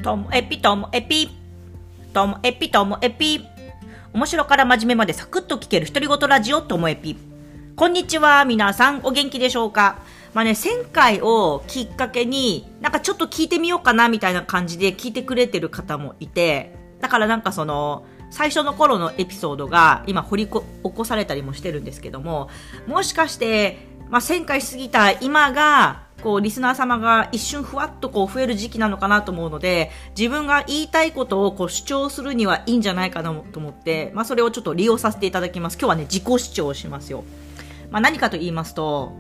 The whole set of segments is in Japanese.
ともえぴともえぴともえぴともえぴ、面白から真面目までサクッと聞ける独り言ラジオともえぴ。こんにちは、皆さんお元気でしょうか。1000回をきっかけになんかちょっと聞いてみようかなみたいな感じで聞いてくれてる方もいて、だからなんかその最初の頃のエピソードが今掘り起こされたりもしてるんですけども、もしかして、1000回過ぎた今がこうリスナー様が一瞬ふわっとこう増える時期なのかなと思うので、自分が言いたいことをこう主張するにはいいんじゃないかなと思って、それをちょっと利用させていただきます。今日はね、自己主張をしますよ。何かと言いますと、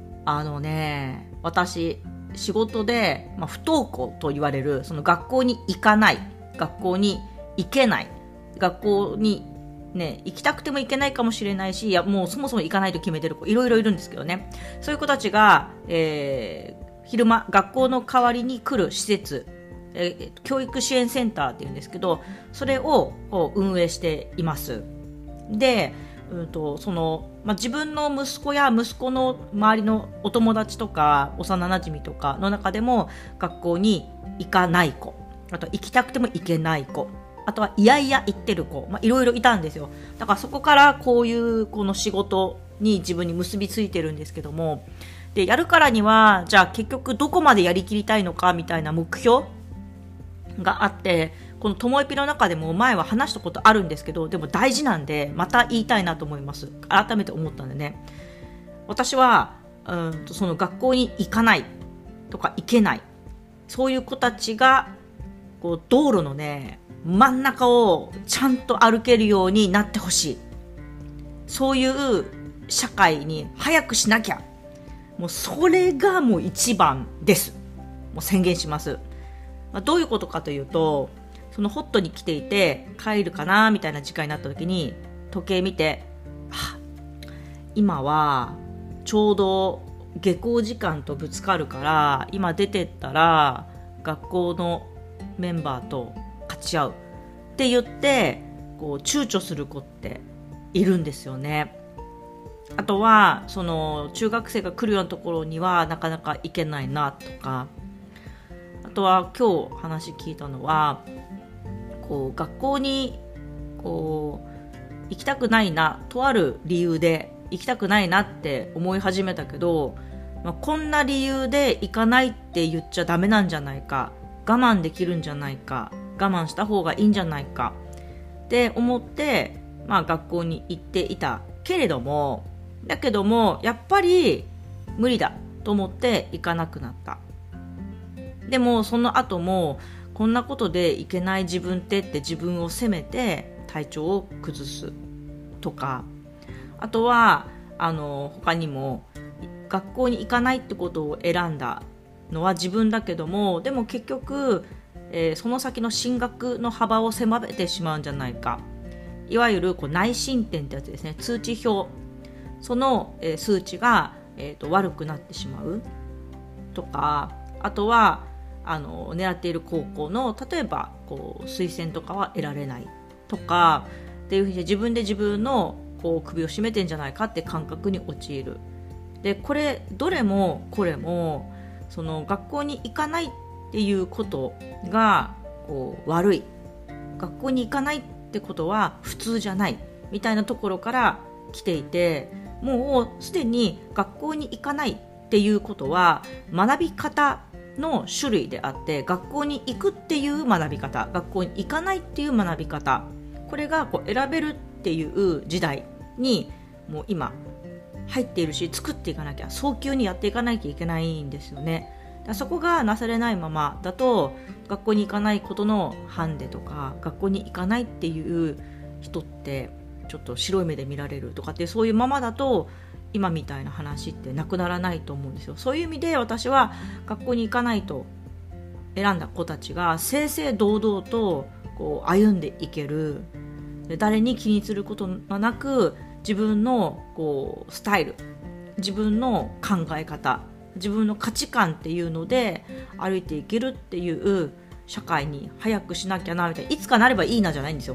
私仕事で、不登校と言われる、その学校に行かない、学校に行けない、学校にね、行きたくても行けないかもしれないし、いやもうそもそも行かないと決めてる子いろいろいるんですけどね。そういう子たちが、昼間学校の代わりに来る施設、教育支援センターっていうんですけど、それをこう運営しています。で、自分の息子や息子の周りのお友達とか幼なじみとかの中でも学校に行かない子、あと行きたくても行けない子、あとはいやいや行ってる子、いろいろいたんですよ。だからそこからこういうこの仕事に自分に結びついてるんですけども、でやるからにはじゃあ結局どこまでやりきりたいのかみたいな目標があって、このともえぴの中でも前は話したことあるんですけど、でも大事なんでまた言いたいなと思います。改めて思ったんでね、私はその学校に行かないとか行けない、そういう子たちがこう道路のね真ん中をちゃんと歩けるようになってほしい。そういう社会に早くしなきゃ。もうそれがもう一番です。もう宣言します。どういうことかというと、そのホットに来ていて帰るかなみたいな時間になった時に時計見て、今はちょうど下校時間とぶつかるから今出てったら学校のメンバーと勝ち合うって言ってこう躊躇する子っているんですよね。あとはその中学生が来るようなところにはなかなか行けないなとか、あとは今日話聞いたのは、こう学校にこう行きたくないな、とある理由で行きたくないなって思い始めたけど、こんな理由で行かないって言っちゃダメなんじゃないか、我慢できるんじゃないか、我慢した方がいいんじゃないかって思って、学校に行っていたけれども、だけどもやっぱり無理だと思って行かなくなった。でもその後もこんなことでいけない自分って自分を責めて体調を崩すとか、あとは他にも学校に行かないってことを選んだのは自分だけども、でも結局、その先の進学の幅を狭めてしまうんじゃないか、いわゆるこう内申点ってやつですね、通知表、その、数値が、悪くなってしまうとか、あとは狙っている高校の例えばこう推薦とかは得られないとかっていうふうに自分で自分のこう首を絞めてんじゃないかって感覚に陥る。でこれどれもこれもその学校に行かないっていうことがこう悪い、学校に行かないってことは普通じゃないみたいなところから来ていて、もうすでに学校に行かないっていうことは学び方の種類であって、学校に行くっていう学び方、学校に行かないっていう学び方、これがこう選べるっていう時代にもう今入っているし、作っていかなきゃ、早急にやっていかなきゃいけないんですよね。だそこがなされないままだと、学校に行かないことのハンデとか、学校に行かないっていう人ってちょっと白い目で見られるとかって、そういうままだと今みたいな話ってなくならないと思うんですよ。そういう意味で私は学校に行かないと選んだ子たちが正々堂々とこう歩んでいける、誰に気にすることがなく自分のこうスタイル、自分の考え方、自分の価値観っていうので歩いていけるっていう社会に早くしなきゃなみたいな、いつかなればいいなじゃないんですよ。い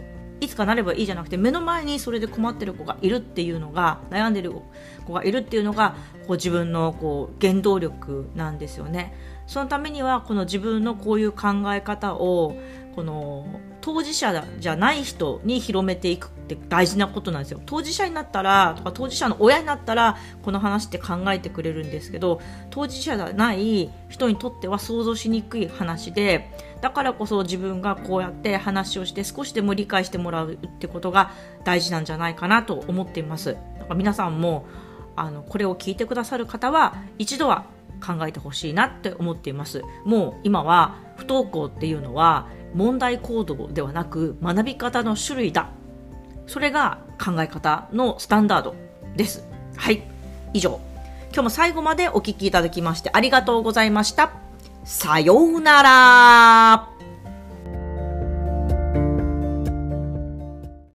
いつかなればいいじゃなくて、目の前にそれで困ってる子がいるっていうのが、悩んでる子がいるっていうのがこう自分のこう原動力なんですよね。そのためにはこの自分のこういう考え方をこの当事者じゃない人に広めていくって大事なことなんですよ。当事者になったらとか当事者の親になったらこの話って考えてくれるんですけど、当事者じゃない人にとっては想像しにくい話で、だからこそ自分がこうやって話をして少しでも理解してもらうってことが大事なんじゃないかなと思っています。だから皆さんもこれを聞いてくださる方は一度は考えてほしいなって思っています。もう今は不登校っていうのは問題行動ではなく学び方の種類だ。それが考え方のスタンダードです。はい、以上。今日も最後までお聞きいただきましてありがとうございました。さようなら。